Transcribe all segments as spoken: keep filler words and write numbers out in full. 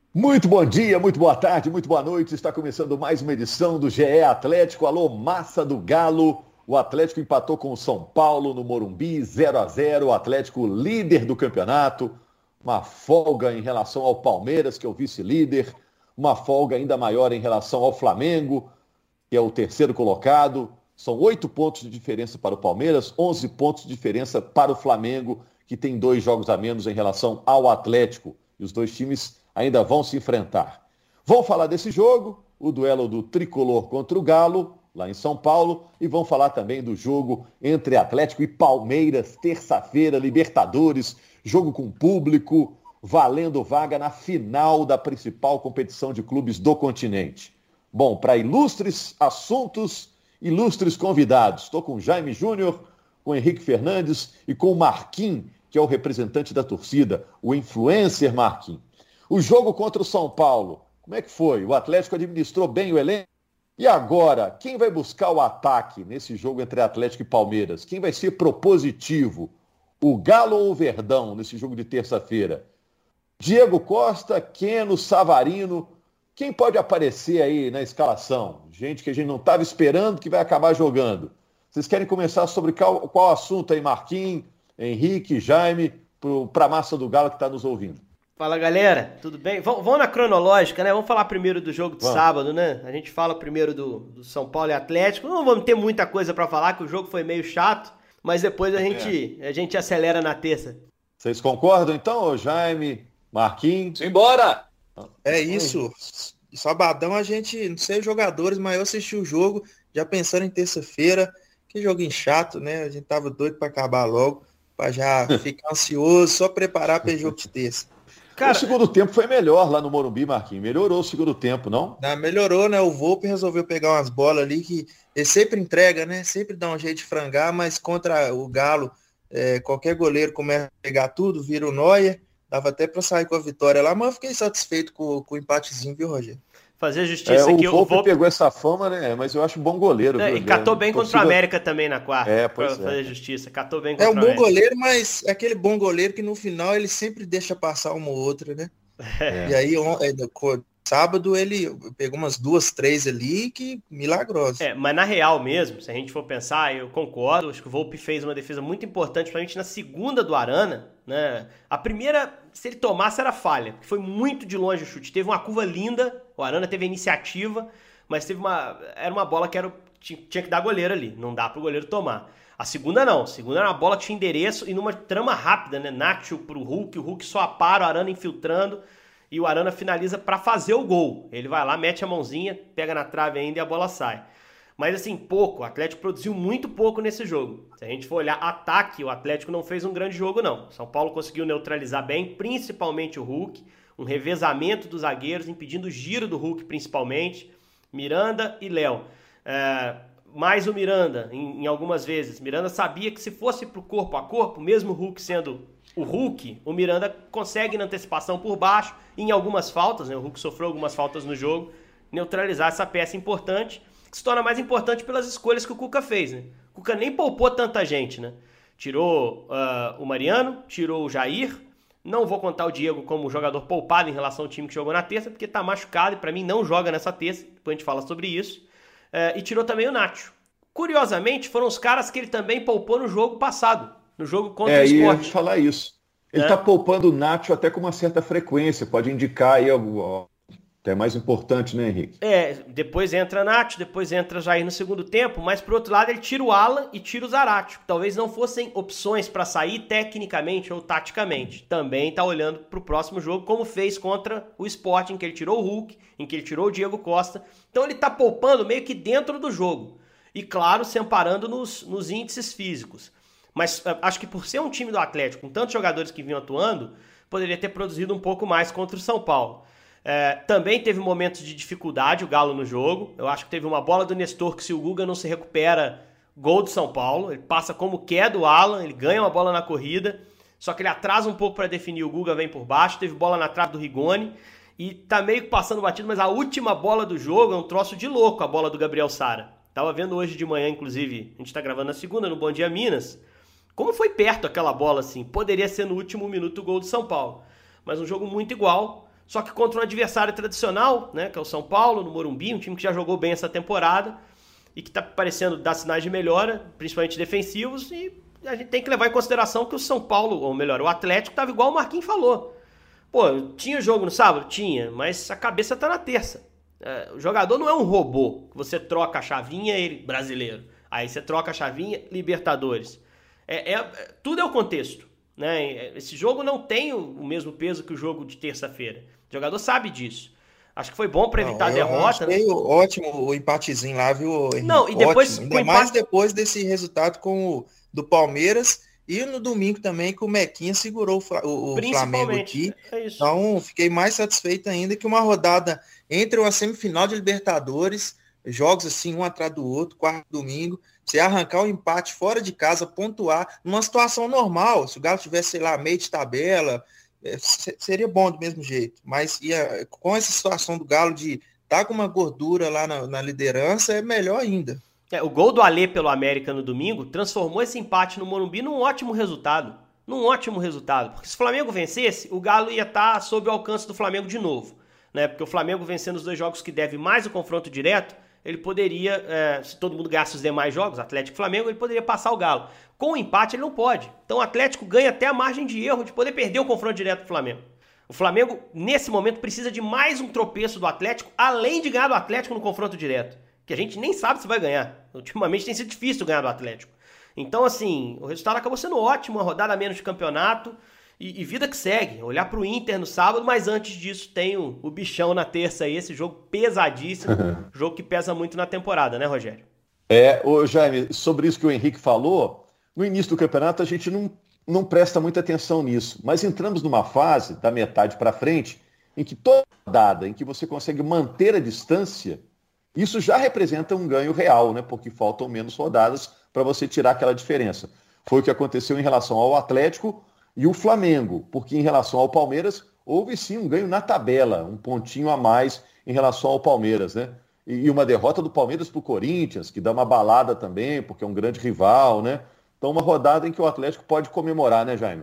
Muito bom dia, muito boa tarde, muito boa noite. Está começando mais uma edição do G E Atlético. Alô, massa do Galo. O Atlético empatou com o São Paulo no Morumbi, zero a zero. O Atlético líder do campeonato. Uma folga em relação ao Palmeiras, que é o vice-líder. Uma folga ainda maior em relação ao Flamengo, que é o terceiro colocado. São oito pontos de diferença para o Palmeiras, onze pontos de diferença para o Flamengo, que tem dois jogos a menos em relação ao Atlético. E os dois times ainda vão se enfrentar. Vão falar desse jogo, o duelo do Tricolor contra o Galo, lá em São Paulo, e vão falar também do jogo entre Atlético e Palmeiras, terça-feira, Libertadores, jogo com público, valendo vaga na final da principal competição de clubes do continente. Bom, para ilustres assuntos, ilustres convidados, estou com o Jaime Júnior, com o Henrique Fernandes e com o Marquinhos, que é o representante da torcida, o influencer Marquinhos. O jogo contra o São Paulo, como é que foi? O Atlético administrou bem o elenco? E agora, quem vai buscar o ataque nesse jogo entre Atlético e Palmeiras? Quem vai ser propositivo? O Galo ou o Verdão nesse jogo de terça-feira? Diego Costa, Keno, Savarino, quem pode aparecer aí na escalação? Gente que a gente não estava esperando que vai acabar jogando. Vocês querem começar sobre qual, qual assunto aí, Marquinhos, Henrique, Jaime, para a massa do Galo que está nos ouvindo? Fala, galera, tudo bem? Vamos, vamos na cronológica, né? Vamos falar primeiro do jogo de Vamos. sábado, né? A gente fala primeiro do, do São Paulo e Atlético. Não vamos ter muita coisa pra falar, que o jogo foi meio chato, mas depois a gente, É. a gente acelera na terça. Vocês concordam então, ô Jaime, Marquinhos? Simbora! É isso. Sabadão a gente, não sei os jogadores, mas eu assisti o jogo já pensando em terça-feira. Que joguinho chato, né? A gente tava doido pra acabar logo, pra já ficar ansioso, só preparar para o jogo de terça. Cara, o segundo tempo foi melhor lá no Morumbi, Marquinhos. Melhorou o segundo tempo, não? Não, melhorou, né? O Volpe resolveu pegar umas bolas ali que ele sempre entrega, né? Sempre dá um jeito de frangar, mas contra o Galo, é, qualquer goleiro começa a pegar tudo, vira o Neuer. Dava até para sair com a vitória lá, mas eu fiquei satisfeito com, com o empatezinho, viu, Rogério? fazer É, justiça o aqui. Volpe O Volpe pegou essa fama, né? Mas eu acho um bom goleiro. é, viu? e catou bem Torcida... contra o América também na quarta, É, pra pois é. fazer justiça. Catou bem É contra um o bom América. goleiro, mas é aquele bom goleiro que no final ele sempre deixa passar uma ou outra, né? É. E aí, on- é, no- co- sábado, ele pegou umas duas, três ali que milagrosa. É, mas na real mesmo, se a gente for pensar, eu concordo, acho que o Volpe fez uma defesa muito importante, principalmente na segunda do Arana, né? A primeira, se ele tomasse, era falha, porque foi muito de longe o chute. Teve uma curva linda, o Arana teve a iniciativa, mas teve uma, era uma bola que era, tinha, tinha que dar goleiro ali, não dá pro goleiro tomar. A segunda não, a segunda era uma bola que tinha endereço e numa trama rápida, né? Nacho pro Hulk, o Hulk só apara, o Arana infiltrando, e o Arana finaliza para fazer o gol. Ele vai lá, mete a mãozinha, pega na trave ainda e a bola sai. Mas assim, pouco. O Atlético produziu muito pouco nesse jogo. Se a gente for olhar ataque, o Atlético não fez um grande jogo, não. São Paulo conseguiu neutralizar bem, principalmente o Hulk. Um revezamento dos zagueiros, impedindo o giro do Hulk, principalmente. Miranda e Léo. É, mais o Miranda, em, em algumas vezes. Miranda sabia que se fosse pro corpo a corpo, mesmo o Hulk sendo o Hulk, o Miranda consegue na antecipação por baixo, em algumas faltas, né? O Hulk sofreu algumas faltas no jogo, neutralizar essa peça importante, que se torna mais importante pelas escolhas que o Cuca fez, né? O Cuca nem poupou tanta gente, né? Tirou uh, o Mariano, tirou o Jair, não vou contar o Diego como jogador poupado em relação ao time que jogou na terça, porque tá machucado e pra mim não joga nessa terça, depois a gente fala sobre isso, uh, e tirou também o Nacho. Curiosamente, foram os caras que ele também poupou no jogo passado, no jogo contra É, o e eu ia Sport. falar isso. Ele É. está poupando o Nacho até com uma certa frequência. Pode indicar aí algo até mais importante, né, Henrique? É, depois entra Nacho, depois entra Jair no segundo tempo, mas por outro lado ele tira o Alan e tira o Zarate, que talvez não fossem opções para sair tecnicamente ou taticamente. Também tá olhando pro próximo jogo, como fez contra o Sport, em que ele tirou o Hulk, em que ele tirou o Diego Costa. Então ele tá poupando meio que dentro do jogo. E claro, se amparando nos, nos índices físicos. Mas uh, acho que por ser um time do Atlético, com tantos jogadores que vinham atuando, poderia ter produzido um pouco mais contra o São Paulo. É, também teve momentos de dificuldade o Galo no jogo. Eu acho que teve uma bola do Nestor que, se o Guga não se recupera, gol do São Paulo. Ele passa como quer do Alan, ele ganha uma bola na corrida, só que ele atrasa um pouco para definir, o Guga vem por baixo. Teve bola na trave do Rigoni e tá meio que passando batido, mas a última bola do jogo é um troço de louco, a bola do Gabriel Sara. Tava vendo hoje de manhã, inclusive, a gente tá gravando na segunda, no Bom Dia Minas, como foi perto aquela bola assim. Poderia ser no último minuto o gol do São Paulo, mas um jogo muito igual. só que contra um adversário tradicional, né, que é o São Paulo, no Morumbi, um time que já jogou bem essa temporada e que está parecendo dar sinais de melhora, principalmente defensivos, e a gente tem que levar em consideração que o São Paulo, ou melhor, o Atlético estava igual o Marquinhos falou. Pô, tinha jogo no sábado? Tinha, mas a cabeça tá na terça. É, o jogador não é um robô, que você troca a chavinha, ele, brasileiro. Aí você troca a chavinha, Libertadores. É, é, tudo é o contexto, né? Esse jogo não tem o, o mesmo peso que o jogo de terça-feira. O jogador sabe disso. Acho que foi bom para evitar não, a derrota. Achei né? ótimo o empatezinho lá, viu, Henrique? Não, e depois, ótimo. Ainda mais depois desse resultado com o do Palmeiras e no domingo também que o Mequinha segurou o, o Flamengo aqui. É isso. Então, fiquei mais satisfeito ainda que uma rodada entre uma semifinal de Libertadores, jogos assim, um atrás do outro, quarto domingo, você arrancar o empate fora de casa, pontuar, numa situação normal, se o Galo tivesse, sei lá, meio de tabela, seria bom do mesmo jeito, mas ia, com essa situação do Galo de estar tá com uma gordura lá na, na liderança, é melhor ainda. É, o gol do Alê pelo América no domingo transformou esse empate no Morumbi num ótimo resultado, num ótimo resultado, porque se o Flamengo vencesse, o Galo ia estar tá sob o alcance do Flamengo de novo, né? Porque o Flamengo vencendo os dois jogos que deve mais o confronto direto, ele poderia, é, se todo mundo ganhasse os demais jogos, Atlético e Flamengo, ele poderia passar o Galo. Com o empate ele não pode. Então o Atlético ganha até a margem de erro de poder perder o confronto direto do Flamengo. O Flamengo, nesse momento, precisa de mais um tropeço do Atlético, além de ganhar do Atlético no confronto direto, que a gente nem sabe se vai ganhar. Ultimamente tem sido difícil ganhar do Atlético. Então, assim, o resultado acabou sendo ótimo, uma rodada a menos de campeonato, e, e vida que segue. Olhar pro Inter no sábado, mas antes disso tem o, o bichão na terça aí, esse jogo pesadíssimo, jogo que pesa muito na temporada, né, Rogério? É, ô Jaime, sobre isso que o Henrique falou, no início do campeonato a gente não, não presta muita atenção nisso, mas entramos numa fase, da metade para frente, em que toda rodada em que você consegue manter a distância, isso já representa um ganho real, né? Porque faltam menos rodadas para você tirar aquela diferença. Foi o que aconteceu em relação ao Atlético e o Flamengo, porque em relação ao Palmeiras, houve sim um ganho na tabela, um pontinho a mais em relação ao Palmeiras, né? E uma derrota do Palmeiras para o Corinthians, que dá uma balada também, porque é um grande rival, né? Então, uma rodada em que o Atlético pode comemorar, né, Jaime?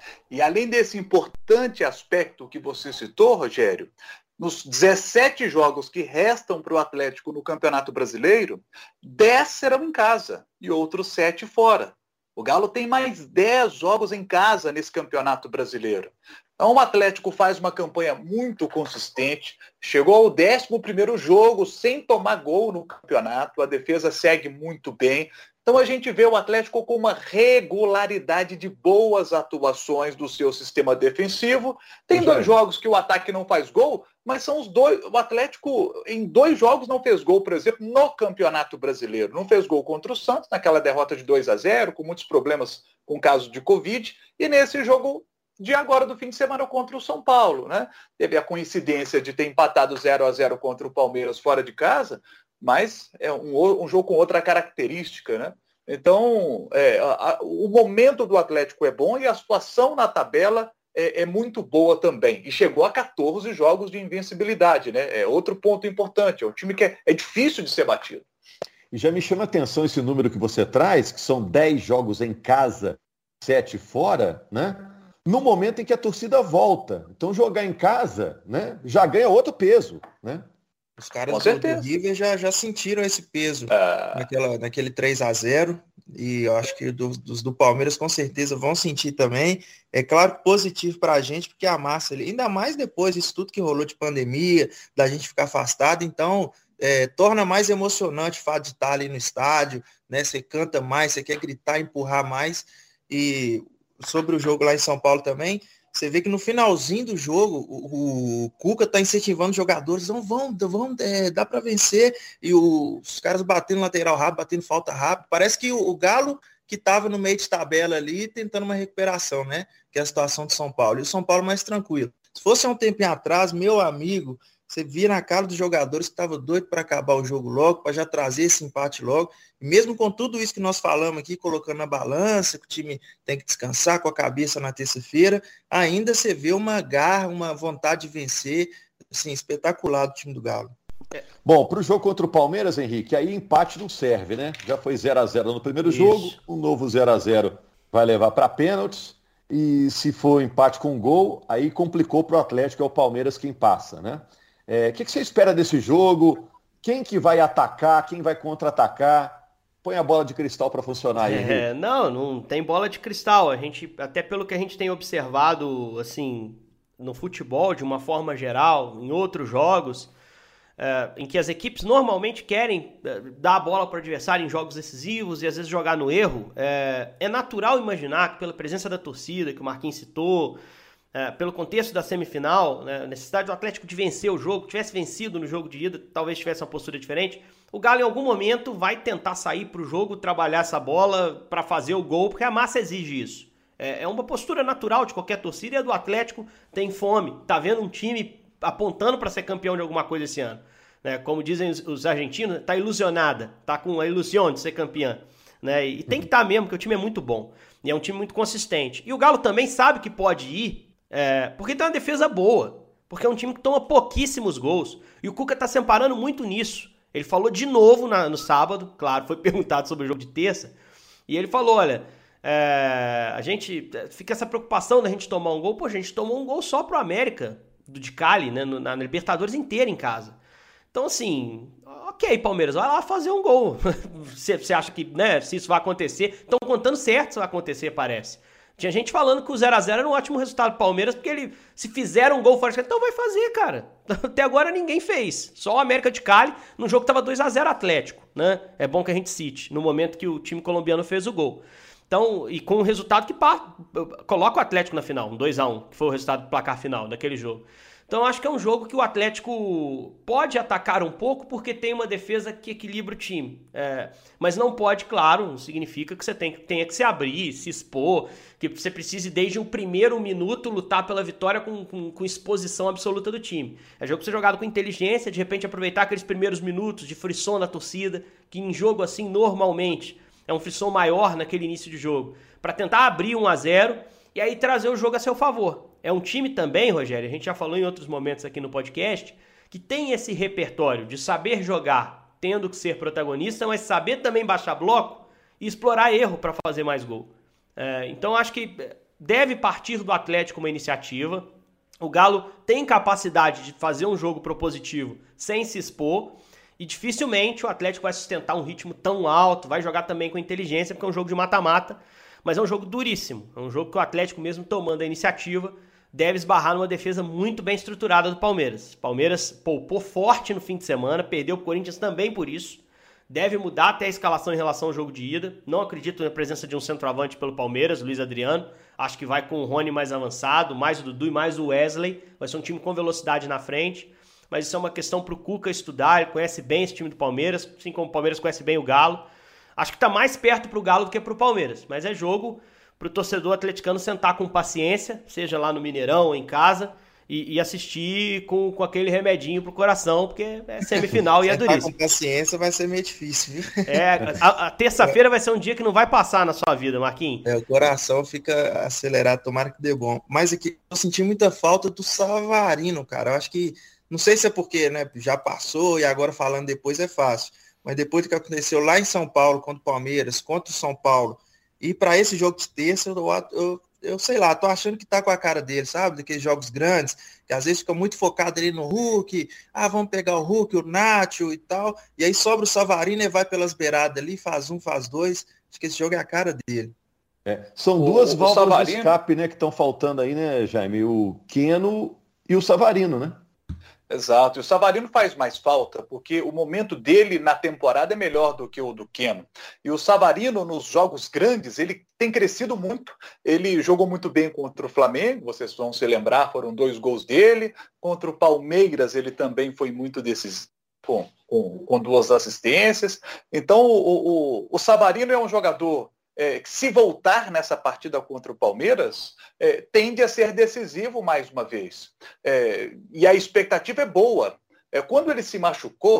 E além desse importante aspecto que você citou, Rogério, nos dezessete jogos que restam para o Atlético no Campeonato Brasileiro, dez serão em casa e outros sete fora. O Galo tem mais dez jogos em casa nesse Campeonato Brasileiro. Então o Atlético faz uma campanha muito consistente, chegou ao décimo primeiro jogo sem tomar gol no campeonato, a defesa segue muito bem. Então a gente vê o Atlético com uma regularidade de boas atuações do seu sistema defensivo. Tem Já dois é. jogos que o ataque não faz gol, mas são os dois. O Atlético em dois jogos não fez gol, por exemplo, no Campeonato Brasileiro. Não fez gol contra o Santos, naquela derrota de dois a zero, com muitos problemas com o caso de Covid, e nesse jogo de agora do fim de semana contra o São Paulo, né? Teve a coincidência de ter empatado zero a zero contra o Palmeiras fora de casa, mas é um, um jogo com outra característica, né? Então, é, a, a, o momento do Atlético é bom e a situação na tabela é, é muito boa também. E chegou a catorze jogos de invencibilidade, né? É outro ponto importante. É um time que é, é difícil de ser batido. E já me chama a atenção esse número que você traz, que são dez jogos em casa, sete fora, né? No momento em que a torcida volta. Então, jogar em casa, né, já ganha outro peso, né? Os caras do, do River já, já sentiram esse peso ah. naquela, naquele três a zero, e eu acho que do, dos do Palmeiras com certeza vão sentir também. É claro, positivo para a gente, porque a massa ali, ainda mais depois disso tudo que rolou de pandemia, da gente ficar afastado, então é, torna mais emocionante o fato de estar ali no estádio, né? Você canta mais, você quer gritar, empurrar mais. E sobre o jogo lá em São Paulo também, você vê que no finalzinho do jogo, o, o Cuca tá incentivando os jogadores, não vão, vão é, dá para vencer, e o, os caras batendo lateral rápido, batendo falta rápido, parece que o, o Galo que tava no meio de tabela ali, tentando uma recuperação, né, que é a situação de São Paulo, e o São Paulo mais tranquilo. Se fosse há um tempinho atrás, meu amigo, você via na cara dos jogadores que estavam doidos para acabar o jogo logo, para já trazer esse empate logo. E mesmo com tudo isso que nós falamos aqui, colocando na balança, que o time tem que descansar com a cabeça na terça-feira, ainda você vê uma garra, uma vontade de vencer, assim, espetacular do time do Galo. Bom, para o jogo contra o Palmeiras, Henrique, aí empate não serve, né? Já foi zero a zero no primeiro Isso. jogo, um novo zero a zero vai levar para pênaltis. e se for empate com gol, aí complicou para o Atlético, é o Palmeiras quem passa, né? É, o que, que você espera desse jogo? Quem que vai atacar? Quem vai contra-atacar? Põe a bola de cristal para funcionar aí. É, não, não tem bola de cristal. A gente, até pelo que a gente tem observado, assim, no futebol, de uma forma geral, em outros jogos, é, em que as equipes normalmente querem é, dar a bola para o adversário em jogos decisivos e às vezes jogar no erro, é, é natural imaginar que pela presença da torcida, que o Marquinhos citou, é, pelo contexto da semifinal, né, a necessidade do Atlético de vencer o jogo, tivesse vencido no jogo de ida, talvez tivesse uma postura diferente. O Galo em algum momento vai tentar sair para o jogo, trabalhar essa bola para fazer o gol, porque a massa exige isso. É, é uma postura natural de qualquer torcida e a do Atlético tem fome. Tá vendo um time apontando para ser campeão de alguma coisa esse ano. Né? Como dizem os, os argentinos, tá ilusionada, tá com a ilusão de ser campeã. Né? E tem que estar tá mesmo, porque o time é muito bom. E é um time muito consistente. E o Galo também sabe que pode ir, é, porque tem uma defesa boa. Porque é um time que toma pouquíssimos gols. E o Cuca tá se amparando muito nisso. Ele falou de novo na, no sábado, claro, foi perguntado sobre o jogo de terça. E ele falou, olha, é, a gente fica essa preocupação da gente tomar um gol. Pô, a gente tomou um gol só pro América, do de Cali, né, no, na Libertadores inteira em casa. Então, assim, ok, Palmeiras, vai lá fazer um gol. Você acha que, né, se isso vai acontecer? Estão contando certo se vai acontecer, parece. Tinha gente falando que o zero a zero era um ótimo resultado do Palmeiras, porque ele, se fizer um gol fora de casa, então vai fazer, cara. Até agora ninguém fez. Só o América de Cali, num jogo que estava dois a zero Atlético, né? É bom que a gente cite, no momento que o time colombiano fez o gol. Então, e com o resultado que pá, coloca o Atlético na final, um dois a um, que foi o resultado do placar final daquele jogo. Então, acho que é um jogo que o Atlético pode atacar um pouco porque tem uma defesa que equilibra o time. É, mas não pode, claro, não significa que você tem, tenha que se abrir, se expor, que você precise desde o primeiro minuto lutar pela vitória com, com, com exposição absoluta do time. É jogo pra ser jogado com inteligência, de repente aproveitar aqueles primeiros minutos de frisson da torcida, que em jogo assim, normalmente, é um frisson maior naquele início de jogo, para tentar abrir um a zero e aí trazer o jogo a seu favor. É um time também, Rogério, a gente já falou em outros momentos aqui no podcast, que tem esse repertório de saber jogar tendo que ser protagonista, mas saber também baixar bloco e explorar erro para fazer mais gol. É, então acho que deve partir do Atlético uma iniciativa. O Galo tem capacidade de fazer um jogo propositivo sem se expor e dificilmente o Atlético vai sustentar um ritmo tão alto, vai jogar também com inteligência, porque é um jogo de mata-mata, mas é um jogo duríssimo. É um jogo que o Atlético, mesmo tomando a iniciativa, deve esbarrar numa defesa muito bem estruturada do Palmeiras. Palmeiras poupou forte no fim de semana, perdeu o Corinthians também por isso. Deve mudar até a escalação em relação ao jogo de ida. Não acredito na presença de um centroavante pelo Palmeiras, Luiz Adriano. Acho que vai com o Rony mais avançado, mais o Dudu e mais o Wesley. Vai ser um time com velocidade na frente. Mas isso é uma questão para o Cuca estudar. Ele conhece bem esse time do Palmeiras, assim como o Palmeiras conhece bem o Galo. Acho que está mais perto para o Galo do que para o Palmeiras. Mas é jogo para o torcedor atleticano sentar com paciência, seja lá no Mineirão ou em casa, e, e assistir com, com aquele remedinho pro coração, porque é semifinal e é duríssimo. Com paciência vai ser meio difícil, viu? É, a, a terça-feira vai ser um dia que não vai passar na sua vida, Marquinhos. É, o coração fica acelerado, tomara que dê bom. Mas aqui eu senti muita falta do Savarino, cara. Eu acho que, não sei se é porque, né, já passou e agora falando depois é fácil, mas depois do que aconteceu lá em São Paulo, contra o Palmeiras, contra o São Paulo, e para esse jogo de terça, eu, eu, eu sei lá, tô achando que tá com a cara dele, sabe? Daqueles jogos grandes, que às vezes fica muito focado ali no Hulk, ah, vamos pegar o Hulk, o Nacho e tal, e aí sobra o Savarino e vai pelas beiradas ali, faz um, faz dois, acho que esse jogo é a cara dele. É, são o, duas válvulas de escape, né, que estão faltando aí, né, Jaime? O Keno e o Savarino, né? Exato, e o Savarino faz mais falta, porque o momento dele na temporada é melhor do que o do Keno. E o Savarino, nos jogos grandes, ele tem crescido muito. Ele jogou muito bem contra o Flamengo, vocês vão se lembrar, foram dois gols dele. Contra o Palmeiras, ele também foi muito decisivo, com, com, com duas assistências. Então, o, o, o Savarino é um jogador É, que se voltar nessa partida contra o Palmeiras, é, tende a ser decisivo mais uma vez. É, e a expectativa é boa. É, quando ele se machucou,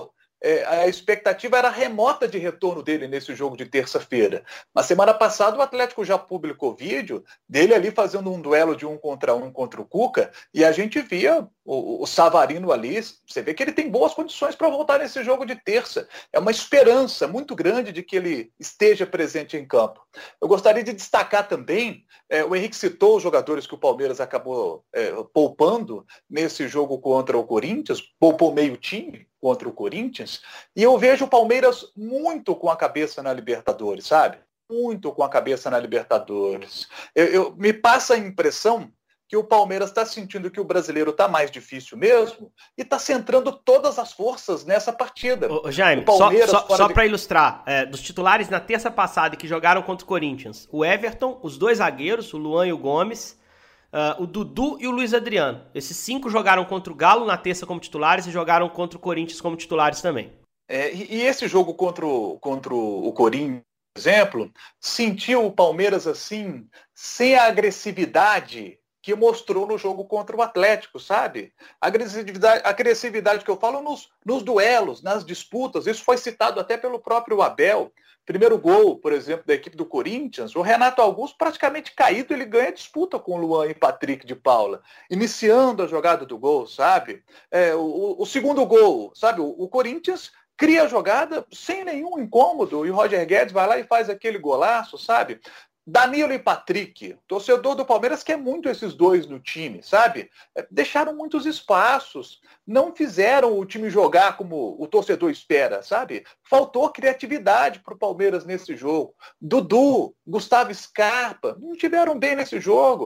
é, a expectativa era remota de retorno dele nesse jogo de terça-feira. Na semana passada, o Atlético já publicou vídeo dele ali fazendo um duelo de um contra um contra o Cuca, e a gente via o, o Savarino ali, você vê que ele tem boas condições para voltar nesse jogo de terça. É uma esperança muito grande de que ele esteja presente em campo. Eu gostaria de destacar também, é, o Henrique citou os jogadores que o Palmeiras acabou é, poupando nesse jogo contra o Corinthians, poupou meio time contra o Corinthians, e eu vejo o Palmeiras muito com a cabeça na Libertadores, sabe? Muito com a cabeça na Libertadores. Eu, eu, me passa a impressão que o Palmeiras está sentindo que o brasileiro está mais difícil mesmo e está centrando todas as forças nessa partida. Ô, Jaime, só, só, só de... para ilustrar, é, dos titulares na terça passada que jogaram contra o Corinthians, o Everton, os dois zagueiros, o Luan e o Gomes, uh, o Dudu e o Luiz Adriano. Esses cinco jogaram contra o Galo na terça como titulares e jogaram contra o Corinthians como titulares também. É, e, e esse jogo contra o, contra o Corinthians, por exemplo, sentiu o Palmeiras assim, sem a agressividade que mostrou no jogo contra o Atlético, sabe? A agressividade, a agressividade que eu falo nos, nos duelos, nas disputas, isso foi citado até pelo próprio Abel. Primeiro gol, por exemplo, da equipe do Corinthians, o Renato Augusto praticamente caído, ele ganha disputa com o Luan e Patrick de Paula, iniciando a jogada do gol, sabe? É, o, o segundo gol, sabe? O, o Corinthians cria a jogada sem nenhum incômodo, e o Roger Guedes vai lá e faz aquele golaço, sabe? Danilo e Patrick, torcedor do Palmeiras quer muito esses dois no time, sabe? Deixaram muitos espaços, não fizeram o time jogar como o torcedor espera, sabe? Faltou criatividade para o Palmeiras nesse jogo. Dudu, Gustavo Scarpa, não estiveram bem nesse jogo.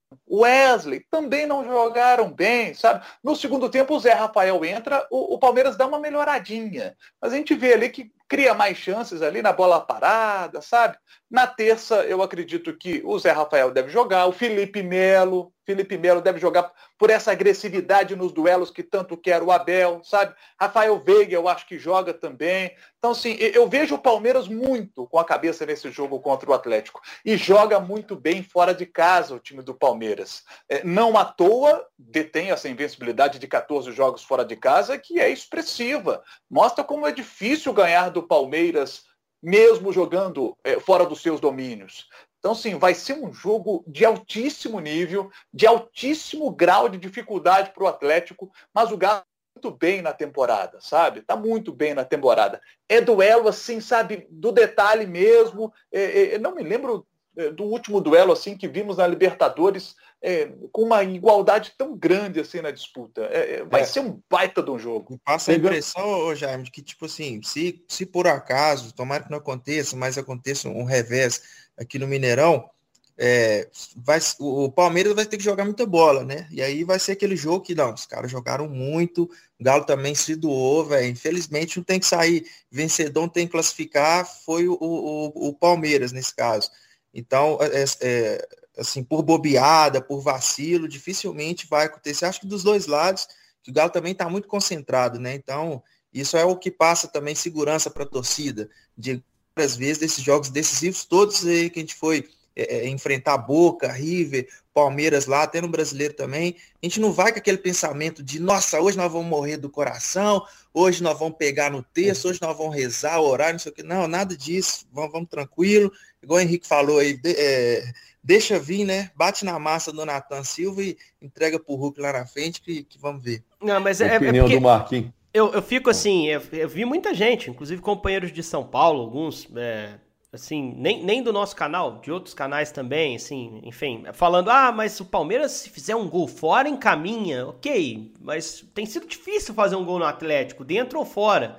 Wesley também não jogaram bem, sabe? No segundo tempo o Zé Rafael entra, o, o Palmeiras dá uma melhoradinha, mas a gente vê ali que cria mais chances ali na bola parada, sabe? Na terça eu acredito que o Zé Rafael deve jogar, o Felipe Melo, Felipe Melo deve jogar por essa agressividade nos duelos que tanto quer o Abel, sabe? Rafael Veiga eu acho que joga também. Então, assim, eu vejo o Palmeiras muito com a cabeça nesse jogo contra o Atlético. E joga muito bem fora de casa o time do Palmeiras. É, não à toa detém essa invencibilidade de catorze jogos fora de casa, que é expressiva. Mostra como é difícil ganhar do Palmeiras, mesmo jogando é, fora dos seus domínios. Então, sim, vai ser um jogo de altíssimo nível, de altíssimo grau de dificuldade para o Atlético, mas o Galo está muito bem na temporada, sabe? Está muito bem na temporada. É duelo, assim, sabe, do detalhe mesmo. É, é, não me lembro é, do último duelo, assim, que vimos na Libertadores, é, com uma igualdade tão grande, assim, na disputa. É, é, vai é. ser um baita de um jogo. Passa a impressão, ô, Jaime, de que, tipo assim, se, se por acaso, tomara que não aconteça, mas aconteça um revés aqui no Mineirão, é, vai, o Palmeiras vai ter que jogar muita bola, né? E aí vai ser aquele jogo que, não, os caras jogaram muito, o Galo também se doou, velho. Infelizmente não tem que sair vencedor, não tem que classificar, foi o, o, o Palmeiras nesse caso. Então, é, é, assim, por bobeada, por vacilo, dificilmente vai acontecer. Acho que dos dois lados, que o Galo também está muito concentrado, né? Então, isso é o que passa também segurança para a torcida, de às vezes desses jogos decisivos todos aí que a gente foi é, enfrentar Boca, River, Palmeiras lá, até no Brasileiro também, a gente não vai com aquele pensamento de, nossa, hoje nós vamos morrer do coração, hoje nós vamos pegar no texto, hoje nós vamos rezar, orar, não sei o que, não, nada disso, vamos, vamos tranquilo, igual o Henrique falou aí, de, é, deixa vir, né, bate na massa do Nathan Silva e entrega pro Hulk lá na frente que, que vamos ver. Não, mas é, opinião é porque... do Marquinhos. Eu, eu fico assim, eu, eu vi muita gente, inclusive companheiros de São Paulo, alguns, é, assim, nem, nem do nosso canal, de outros canais também, assim, enfim, falando, ah, mas o Palmeiras se fizer um gol fora, encaminha, ok, mas tem sido difícil fazer um gol no Atlético, dentro ou fora.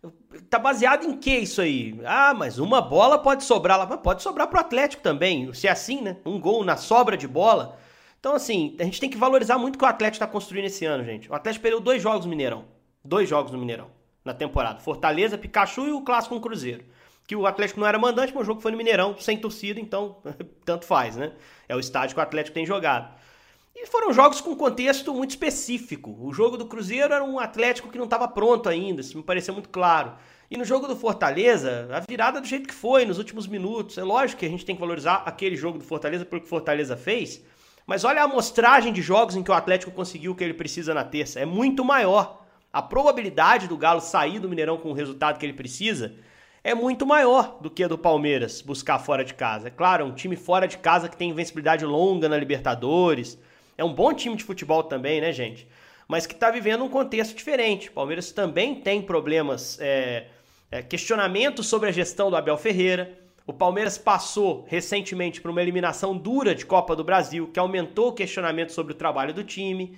Tá baseado em que isso aí? Ah, mas uma bola pode sobrar lá, mas pode sobrar pro Atlético também, se é assim, né, um gol na sobra de bola. Então, assim, a gente tem que valorizar muito o que o Atlético tá construindo esse ano, gente. O Atlético perdeu dois jogos no Mineirão. Dois jogos no Mineirão, na temporada. Fortaleza, Pikachu e o clássico com o Cruzeiro. Que o Atlético não era mandante, mas o jogo foi no Mineirão, sem torcida, então tanto faz, né? É o estádio que o Atlético tem jogado. E foram jogos com contexto muito específico. O jogo do Cruzeiro era um Atlético que não estava pronto ainda, isso me pareceu muito claro. E no jogo do Fortaleza, a virada do jeito que foi, nos últimos minutos. É lógico que a gente tem que valorizar aquele jogo do Fortaleza pelo que o Fortaleza fez, mas olha a amostragem de jogos em que o Atlético conseguiu o que ele precisa na terça. É muito maior. A probabilidade do Galo sair do Mineirão com o resultado que ele precisa é muito maior do que a do Palmeiras buscar fora de casa. É claro, é um time fora de casa que tem invencibilidade longa na Libertadores. É um bom time de futebol também, né, gente? Mas que está vivendo um contexto diferente. O Palmeiras também tem problemas, é, é, questionamentos sobre a gestão do Abel Ferreira. O Palmeiras passou recentemente por uma eliminação dura de Copa do Brasil, que aumentou o questionamento sobre o trabalho do time.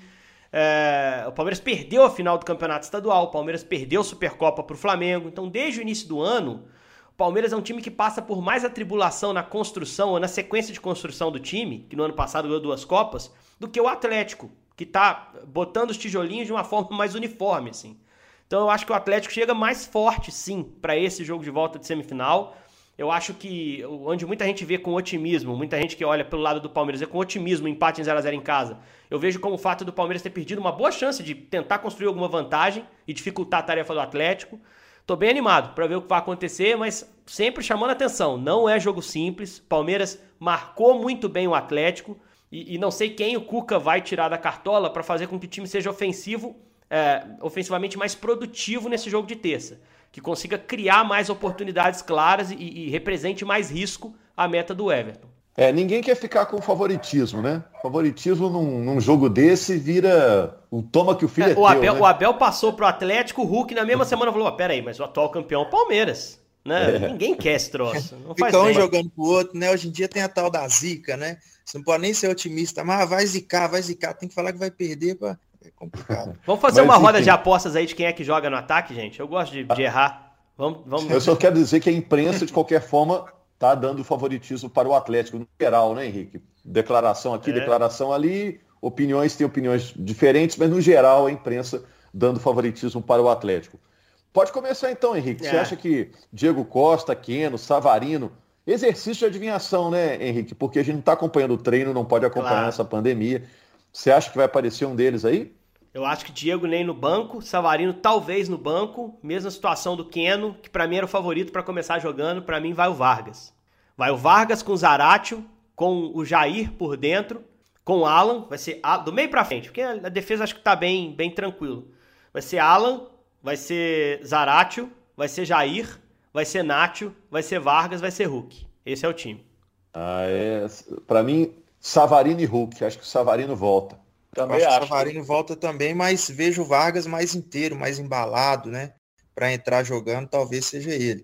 É, o Palmeiras perdeu a final do Campeonato Estadual, o Palmeiras perdeu a Supercopa para o Flamengo. Então, desde o início do ano, o Palmeiras é um time que passa por mais atribulação na construção, ou na sequência de construção do time, que no ano passado ganhou duas Copas, do que o Atlético, que está botando os tijolinhos de uma forma mais uniforme, assim. Então, eu acho que o Atlético chega mais forte, sim, para esse jogo de volta de semifinal. Eu acho que, onde muita gente vê com otimismo, muita gente que olha pelo lado do Palmeiras vê com otimismo o empate em zero a zero em casa, eu vejo como o fato do Palmeiras ter perdido uma boa chance de tentar construir alguma vantagem e dificultar a tarefa do Atlético. Tô bem animado para ver o que vai acontecer, mas sempre chamando a atenção, não é jogo simples. O Palmeiras marcou muito bem o Atlético e, e não sei quem o Cuca vai tirar da cartola para fazer com que o time seja ofensivo, é, ofensivamente mais produtivo nesse jogo de terça, que consiga criar mais oportunidades claras e, e represente mais risco à meta do Everton. É, ninguém quer ficar com favoritismo, né? Favoritismo num, num jogo desse vira um toma que o filho é, é o teu, Abel, né? O Abel passou pro Atlético, o Hulk na mesma semana falou, oh, peraí, mas o atual campeão é o Palmeiras, né? É. Ninguém quer esse troço. Não faz Fica um bem. jogando pro outro, né? Hoje em dia tem a tal da zica, né? Você não pode nem ser otimista, mas vai zicar, vai zicar, tem que falar que vai perder pra... É complicado. Vamos fazer mas, uma roda enfim. de apostas aí de quem é que joga no ataque, gente? Eu gosto de, de errar. Vamos, vamos... Eu só quero dizer que a imprensa, de qualquer forma, está dando favoritismo para o Atlético no geral, né, Henrique? Declaração aqui, é. declaração ali, opiniões têm opiniões diferentes, mas no geral a imprensa dando favoritismo para o Atlético. Pode começar então, Henrique. É. Você acha que Diego Costa, Keno, Savarino, exercício de adivinhação, né, Henrique? Porque a gente não está acompanhando o treino, não pode acompanhar Claro. essa pandemia. Você acha que vai aparecer um deles aí? Eu acho que Diego nem no banco, Savarino talvez no banco, mesma situação do Keno, que pra mim era o favorito pra começar jogando, pra mim vai o Vargas. Vai o Vargas com o Zaratio, com o Jair por dentro, com o Alan, vai ser do meio pra frente, porque a defesa acho que tá bem, bem tranquilo. Vai ser Alan, vai ser Zaratio, vai ser Jair, vai ser Nacho, vai ser Vargas, vai ser Hulk. Esse é o time. Ah, é. Pra mim, Savarino e Hulk. Acho que o Savarino volta. Também acho, acho que o Savarino volta também, mas vejo o Vargas mais inteiro, mais embalado, né? Para entrar jogando, talvez seja ele.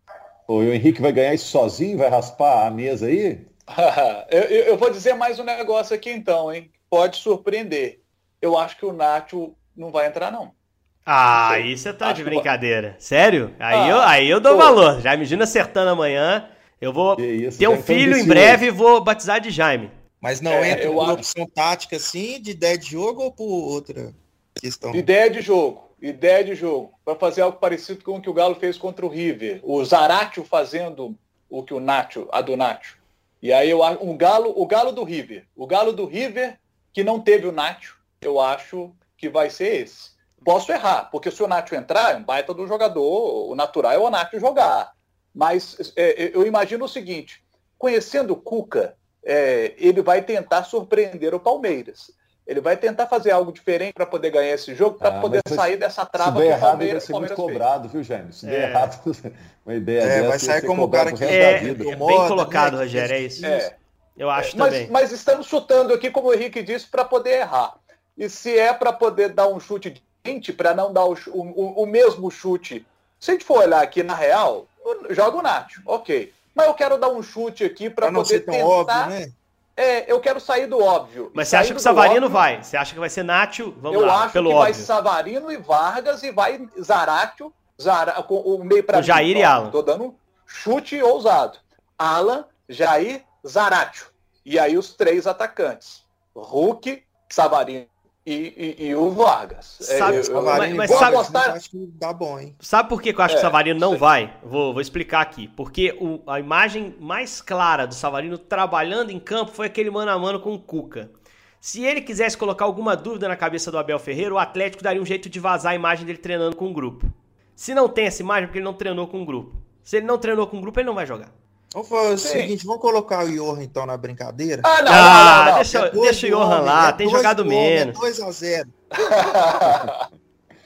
O Henrique vai ganhar isso sozinho? Vai raspar a mesa aí? eu, eu vou dizer mais um negócio aqui então, hein? Pode surpreender. Eu acho que o Nacho não vai entrar, não. Ah, aí você tá acho de brincadeira. Vai... Sério? Aí, ah, eu, aí eu dou pô. valor. Já imagina acertando amanhã. Eu vou isso, ter um filho em breve e vou batizar de Jaime. Mas não é, entra por acho... opção tática, assim, de ideia de jogo ou por outra questão? Ideia de jogo. Ideia de jogo. Para fazer algo parecido com o que o Galo fez contra o River. O Zaratio fazendo o que o Nacho, a do Nacho. E aí eu acho um Galo, o Galo do River. O Galo do River, que não teve o Nacho, eu acho que vai ser esse. Posso errar, porque se o Nacho entrar, é um baita do jogador, o natural é o Nacho jogar. Mas é, eu imagino o seguinte, conhecendo o Cuca, É, ele vai tentar surpreender o Palmeiras. Ele vai tentar fazer algo diferente para poder ganhar esse jogo, para ah, poder sair dessa trava que o Palmeiras, vai ser muito cobrado, viu, Jaime? Se é. der errado, uma ideia é, dessa vai sair como o cara que é, é bem moda, colocado, né? Rogério, é isso. É. Eu acho é, mas, também. Mas estamos chutando aqui, como o Henrique disse, para poder errar. E se é para poder dar um chute de vinte, para não dar o, o, o mesmo chute, se a gente for olhar aqui na real, joga o Nacho, ok. Mas eu quero dar um chute aqui para poder tentar... Óbvio, né? É, eu quero sair do óbvio. Mas você acha que o Savarino vai? Você acha que vai ser Nacho? Vamos eu lá, acho pelo que óbvio. vai Savarino e Vargas e vai Zaratio, Zara, com o meio para o Jair mim, e Alan. Tô dando um chute ousado. Alan, Jair, Zaratio. E aí os três atacantes. Hulk, Savarino e, e, e o Vargas. Sabe, é, eu, mas, mas vou sabe, apostar... acho que dá bom, hein? Sabe por que eu acho é, que o Savarino não sei. vai? Vou, vou explicar aqui. Porque o, a imagem mais clara do Savarino trabalhando em campo foi aquele mano a mano com o Cuca. Se ele quisesse colocar alguma dúvida na cabeça do Abel Ferreira, o Atlético daria um jeito de vazar a imagem dele treinando com um grupo. Se não tem essa imagem, é porque ele não treinou com um grupo. Se ele não treinou com um grupo, ele não vai jogar. Vamos fazer o seguinte, vamos colocar o Johan então na brincadeira? Ah, não, ah, não, não, não. Deixa, É deixa o Johan homem, lá, é tem jogado homem, menos. É dois a zero.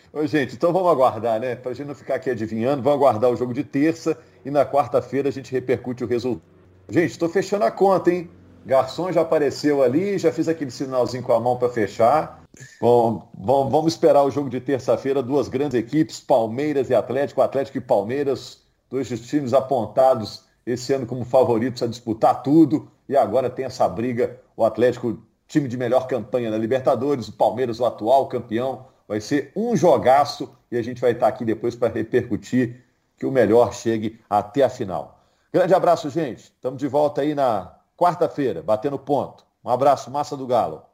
Ô, gente, então vamos aguardar, né? Pra gente não ficar aqui adivinhando, vamos aguardar o jogo de terça e na quarta-feira a gente repercute o resultado. Gente, estou fechando a conta, hein? Garçom já apareceu ali, já fiz aquele sinalzinho com a mão para fechar. Bom, bom, vamos esperar o jogo de terça-feira, duas grandes equipes, Palmeiras e Atlético, Atlético e Palmeiras, dois dos times apontados esse ano como favoritos a disputar tudo, e agora tem essa briga, o Atlético, time de melhor campanha na Libertadores, o Palmeiras, o atual campeão, vai ser um jogaço, e a gente vai estar aqui depois para repercutir que o melhor chegue até a final. Grande abraço, gente, estamos de volta aí na quarta-feira, batendo ponto. Um abraço, Massa do Galo.